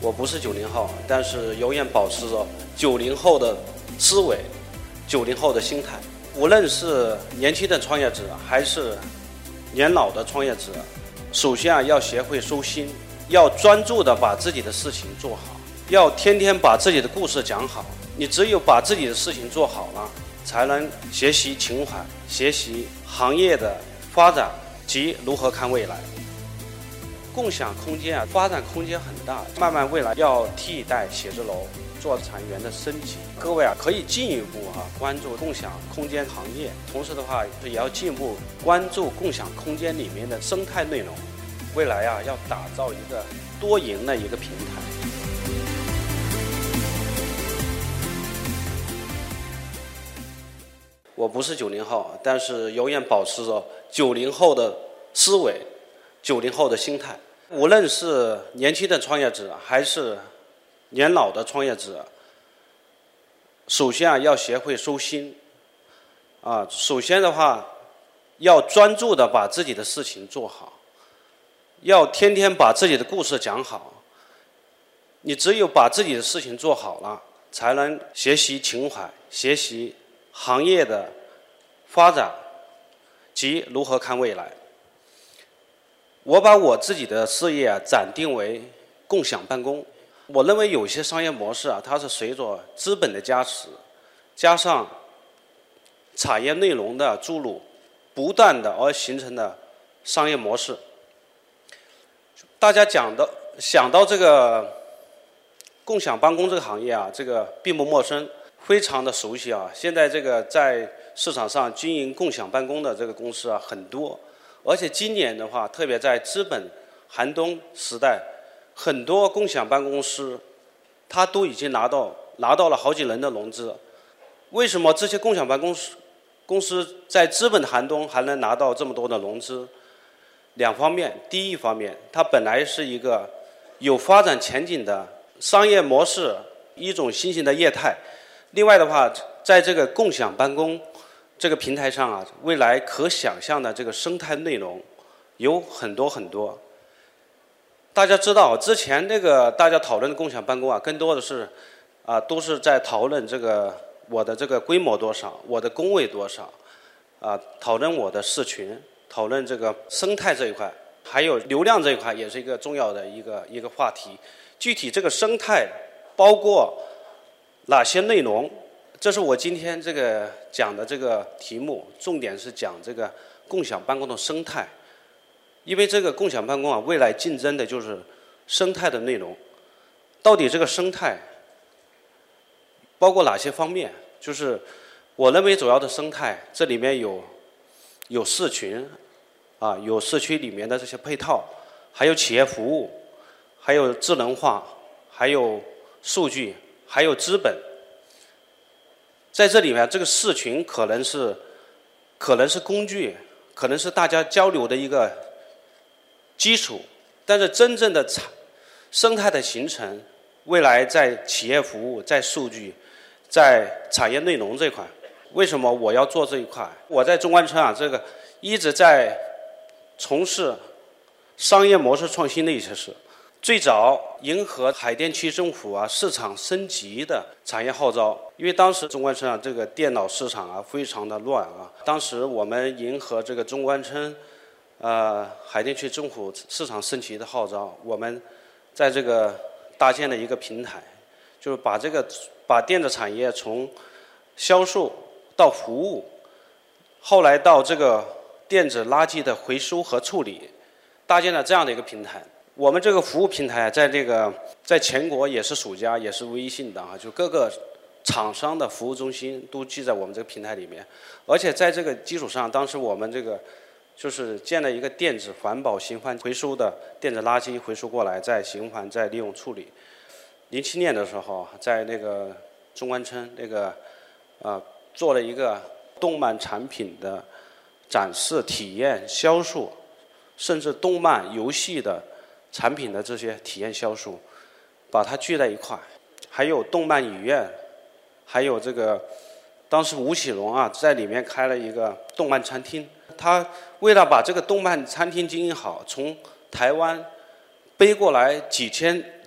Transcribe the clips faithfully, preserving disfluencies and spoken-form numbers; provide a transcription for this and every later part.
我不是九零后，但是永远保持着九零后的思维，九零后的心态。无论是年轻的创业者还是年老的创业者，首先啊要学会收心，要专注的把自己的事情做好，要天天把自己的故事讲好。你只有把自己的事情做好了，才能学习情怀，学习行业的发展及如何看未来。共享空间啊，发展空间很大，慢慢未来要替代写字楼，做产业园的升级。各位啊，可以进一步啊关注共享空间行业，同时的话也要进一步关注共享空间里面的生态内容。未来啊，要打造一个多赢的一个平台。我不是九零后，但是永远保持着九零后的思维，九零后的心态。无论是年轻的创业者还是年老的创业者，首先啊要学会收心啊。首先的话，要专注的把自己的事情做好，要天天把自己的故事讲好。你只有把自己的事情做好了，才能学习情怀，学习行业的发展及如何看未来。我把我自己的事业啊暂定为共享办公。我认为有些商业模式啊，它是随着资本的加持，加上产业内容的注入，不断的而形成的商业模式。大家讲的想到这个共享办公这个行业啊，这个并不陌生，非常的熟悉啊。现在这个在市场上经营共享办公的这个公司啊很多。而且今年的话，特别在资本寒冬时代，很多共享办公司，它都已经拿到拿到了好几轮的融资。为什么这些共享办公司公司在资本寒冬还能拿到这么多的融资？两方面，第一方面，它本来是一个有发展前景的商业模式，一种新型的业态。另外的话，在这个共享办公这个平台上啊，未来可想象的这个生态内容有很多很多。大家知道，之前那个大家讨论的共享办公啊，更多的是啊，都是在讨论这个我的这个规模多少，我的工位多少，啊，讨论我的市群，讨论这个生态这一块，还有流量这一块，也是一个重要的一个一个话题。具体这个生态包括哪些内容？这是我今天这个讲的这个题目，重点是讲这个共享办公的生态。因为这个共享办公啊，未来竞争的就是生态的内容。到底这个生态包括哪些方面？就是我认为主要的生态，这里面有有市群啊，有社区里面的这些配套，还有企业服务，还有智能化，还有数据，还有资本。在这里面，这个市群可能是可能是工具，可能是大家交流的一个基础，但是真正的产生态的形成，未来在企业服务、在数据、在产业内容这块。为什么我要做这一块？我在中关村啊，这个一直在从事商业模式创新的一些事。最早迎合海淀区政府啊市场升级的产业号召，因为当时中关村啊这个电脑市场啊非常的乱啊，当时我们迎合这个中关村呃海淀区政府市场升级的号召，我们在这个搭建了一个平台，就是把这个把电子产业从销售到服务，后来到这个电子垃圾的回收和处理，搭建了这样的一个平台。我们这个服务平台在这个在全国也是首家，也是微信的啊，就各个厂商的服务中心都记在我们这个平台里面。而且在这个基础上，当时我们这个就是建了一个电子环保循环回收的电子垃圾回收过来，再循环再利用处理。零七年的时候，在那个中关村那个呃做了一个动漫产品的展示、体验、销售，甚至动漫游戏的产品的这些体验销售，把它聚在一块。还有动漫影院，还有这个当时吴启荣啊在里面开了一个动漫餐厅。他为了把这个动漫餐厅经营好，从台湾背过来几千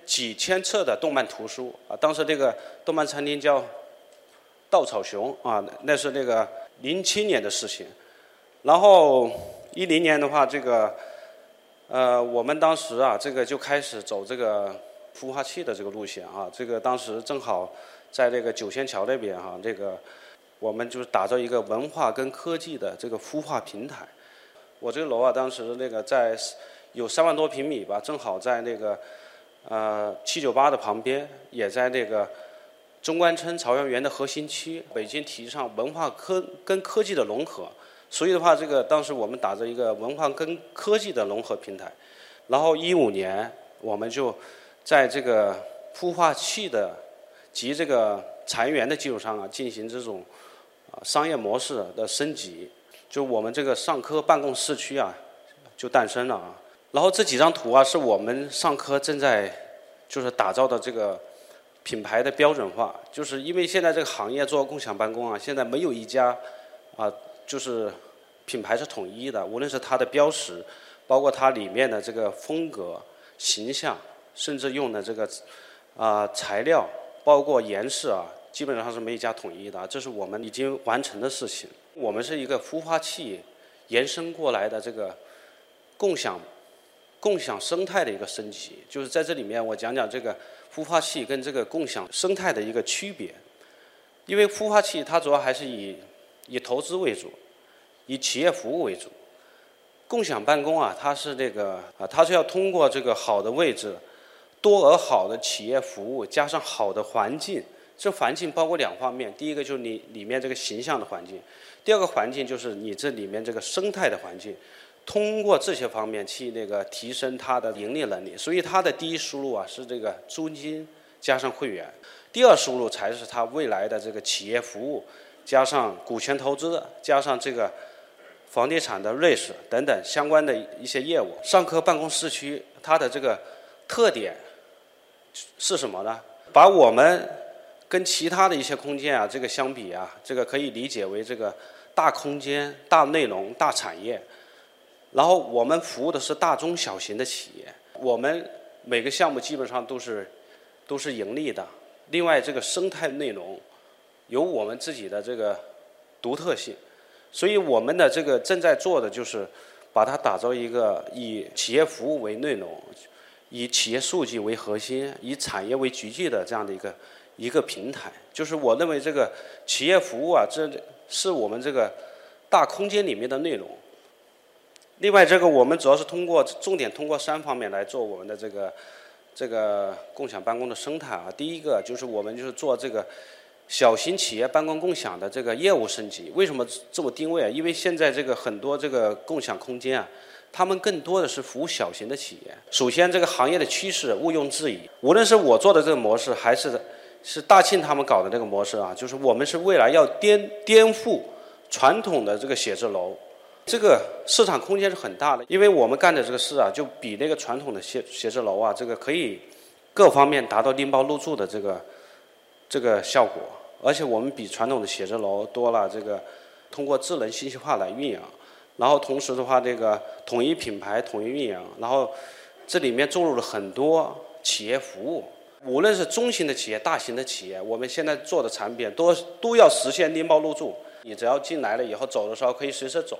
几千册的动漫图书啊。当时这个动漫餐厅叫稻草熊啊，那是那个零七年的事情。然后一零年的话，这个呃，我们当时啊，这个就开始走这个孵化器的这个路线啊。这个当时正好在这个九仙桥那边哈、啊，这个我们就是打造一个文化跟科技的这个孵化平台。我这个楼啊，当时那个在有三万多平米吧，正好在那个呃七九八的旁边，也在那个中关村朝阳园的核心区。北京提倡文化科跟科技的融合。所以的话，这个当时我们打造一个文化跟科技的融合平台，然后一五年我们就在这个孵化器的及这个裁员的基础上啊，进行这种啊商业模式的升级，就我们这个上科办公室区啊就诞生了啊。然后这几张图啊是我们上科正在就是打造的这个品牌的标准化，就是因为现在这个行业做共享办公啊，现在没有一家啊就是品牌是统一的，无论是它的标识，包括它里面的这个风格、形象，甚至用的这个啊、呃、材料，包括颜色啊，基本上是没一家统一的。这是我们已经完成的事情。我们是一个孵化器延伸过来的这个共享共享生态的一个升级，就是在这里面我讲讲这个孵化器跟这个共享生态的一个区别。因为孵化器它主要还是以以投资为主，以企业服务为主。共享办公啊，它是这个啊，它是要通过这个好的位置、多而好的企业服务，加上好的环境。这环境包括两方面，第一个就是你里面这个形象的环境，第二个环境就是你这里面这个生态的环境。通过这些方面去那个提升它的盈利能力。所以它的第一输入啊是这个租金加上会员，第二输入才是它未来的这个企业服务。加上股权投资，加上这个房地产的瑞士等等相关的一些业务。上科办公室区它的这个特点是什么呢？把我们跟其他的一些空间啊，这个相比啊，这个可以理解为这个大空间、大内容、大产业。然后我们服务的是大中小型的企业，我们每个项目基本上都是都是盈利的。另外，这个生态内容有我们自己的这个独特性，所以我们的这个正在做的就是把它打造一个以企业服务为内容，以企业数据为核心，以产业为局际的这样的一个一个平台。就是我认为这个企业服务啊，这是我们这个大空间里面的内容。另外，这个我们主要是通过重点通过三方面来做我们的这个这个共享办公的生态啊。第一个就是我们就是做这个小型企业办公共享的这个业务升级。为什么这么定位啊？因为现在这个很多这个共享空间啊，他们更多的是服务小型的企业。首先，这个行业的趋势毋庸置疑，无论是我做的这个模式，还是是大庆他们搞的这个模式啊，就是我们是未来要颠颠覆传统的这个写字楼。这个市场空间是很大的，因为我们干的这个事啊，就比那个传统的写写字楼啊，这个可以各方面达到拎包入住的这个这个效果，而且我们比传统的写字楼多了这个通过智能信息化来运营，然后同时的话，这个统一品牌、统一运营，然后这里面注入了很多企业服务，无论是中型的企业、大型的企业，我们现在做的产品都都要实现拎包入住，你只要进来了以后，走的时候可以随时走。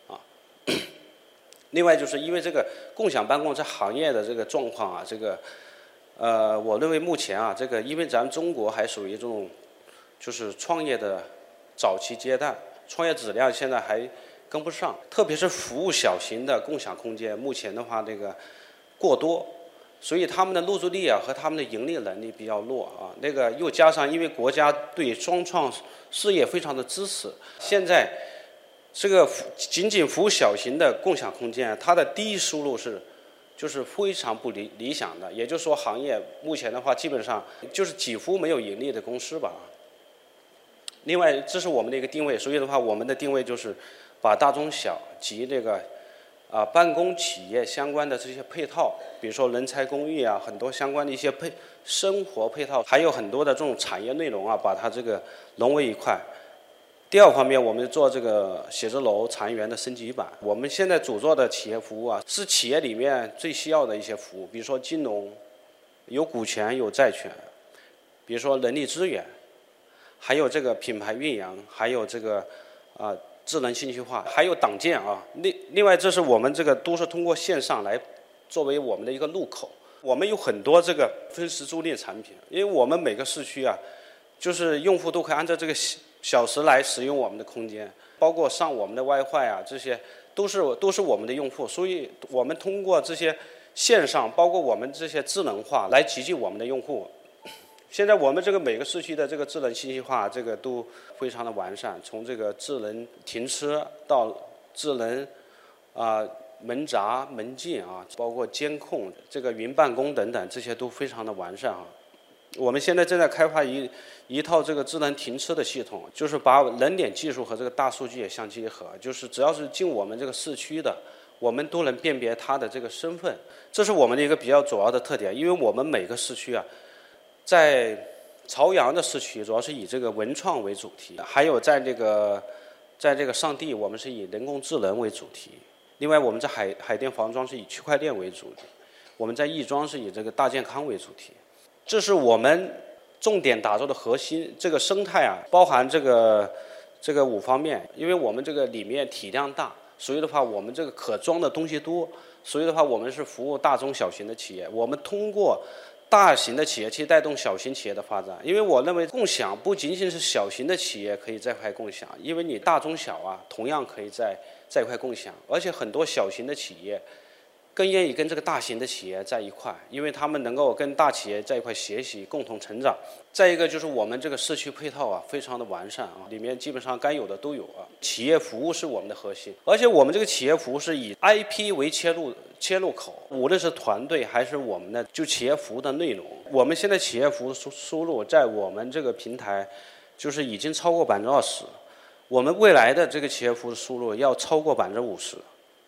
另外，就是因为这个共享办公在行业的这个状况啊，这个呃，我认为目前啊，这个因为咱们中国还属于这种就是创业的早期阶段，创业质量现在还跟不上，特别是服务小型的共享空间，目前的话这个过多，所以他们的入驻率啊和他们的盈利能力比较弱啊。那个又加上因为国家对双创事业非常的支持，现在这个仅仅服务小型的共享空间，它的第一输入是就是非常不理理想的。也就是说，行业目前的话，基本上就是几乎没有盈利的公司吧。另外，这是我们的一个定位，所以的话，我们的定位就是把大中小及这个啊办公企业相关的这些配套，比如说人才公寓啊，很多相关的一些配生活配套，还有很多的这种产业内容啊，把它这个融为一块。第二方面，我们做这个写字楼裁员的升级版。我们现在主做的企业服务啊，是企业里面最需要的一些服务，比如说金融、 有股权有债权，比如说人力资源，还有这个品牌运营，还有这个啊、呃、智能信息化，还有党建啊。另另外，这是我们这个都是通过线上来作为我们的一个入口。我们有很多这个分时租赁产品，因为我们每个市区啊，就是用户都可以按照这个小时来使用我们的空间，包括上我们的 WiFi 啊，这些都是都是我们的用户，所以我们通过这些线上，包括我们这些智能化来集聚我们的用户。现在我们这个每个市区的这个智能信息化，这个都非常的完善，从这个智能停车到智能啊、呃、门闸、门禁啊，包括监控、这个云办公等等，这些都非常的完善啊。我们现在正在开发一一套这个智能停车的系统，就是把人脸技术和这个大数据也相结合，就是只要是进我们这个市区的，我们都能辨别他的这个身份，这是我们的一个比较主要的特点。因为我们每个市区啊，在朝阳的市区主要是以这个文创为主题，还有在这个在这个上地我们是以人工智能为主题，另外我们在海海淀黄庄是以区块链为主题，我们在亦庄是以这个大健康为主题。这是我们重点打造的核心，这个生态啊，包含这个这个五方面。因为我们这个里面体量大，所以的话，我们这个可装的东西多，所以的话，我们是服务大中小型的企业。我们通过大型的企业去带动小型企业的发展。因为我认为共享不仅仅是小型的企业可以在一块共享，因为你大中小啊，同样可以在在一块共享，而且很多小型的企业更愿意跟这个大型的企业在一块，因为他们能够跟大企业在一块学习，共同成长。再一个就是我们这个社区配套啊，非常的完善啊，里面基本上该有的都有啊。企业服务是我们的核心，而且我们这个企业服务是以 I P 为切入切入口，无论是团队还是我们的就企业服务的内容，我们现在企业服务输输入在我们这个平台就是已经超过百分之二十，我们未来的这个企业服务输入要超过百分之五十。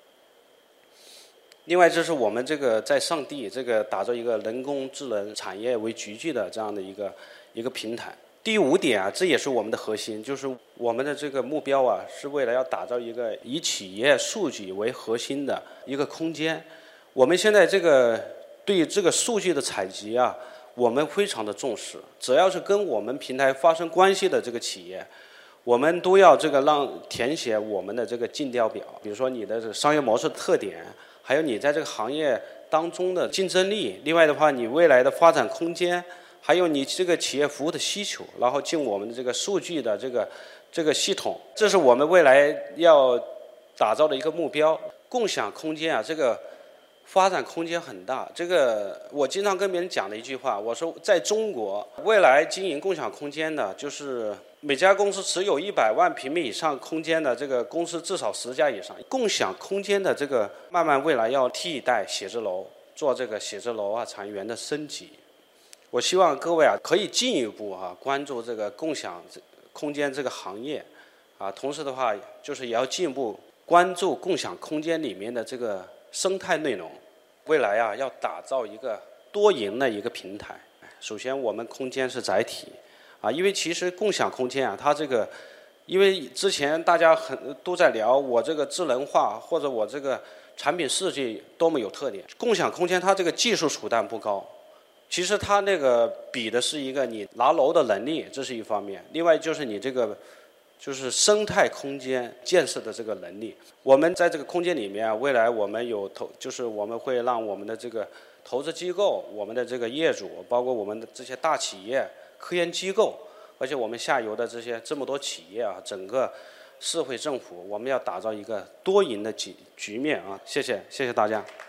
另外，这是我们这个在上地这个打造一个人工智能产业为聚聚的这样的一个一个平台。第五点啊，这也是我们的核心，就是我们的这个目标啊，是为了要打造一个以企业数据为核心的一个空间。我们现在这个对这个数据的采集啊，我们非常的重视。只要是跟我们平台发生关系的这个企业，我们都要这个让填写我们的这个尽调表，比如说你的这个商业模式特点。还有你在这个行业当中的竞争力，另外的话，你未来的发展空间，还有你这个企业服务的需求，然后进我们的这个数据的这个这个系统，这是我们未来要打造的一个目标。共享空间啊，这个发展空间很大。这个我经常跟别人讲的一句话，我说在中国未来经营共享空间的，就是每家公司持有一百万平米以上空间的这个公司至少十家以上。共享空间的这个慢慢未来要替代写字楼，做这个写字楼啊产业园的升级。我希望各位啊可以进一步啊关注这个共享空间这个行业啊，同时的话就是也要进一步关注共享空间里面的这个生态内容。未来啊要打造一个多赢的一个平台。首先我们空间是载体。啊，因为其实共享空间啊，它这个，因为之前大家很都在聊我这个智能化或者我这个产品设计多么有特点。共享空间它这个技术储量不高，其实它那个比的是一个你拿楼的能力，这是一方面。另外就是你这个就是生态空间建设的这个能力。我们在这个空间里面，未来我们有投，就是我们会让我们的这个投资机构、我们的这个业主，包括我们的这些大企业。科研机构，而且我们下游的这些这么多企业啊，整个社会政府，我们要打造一个多赢的局局面啊！谢谢，谢谢大家。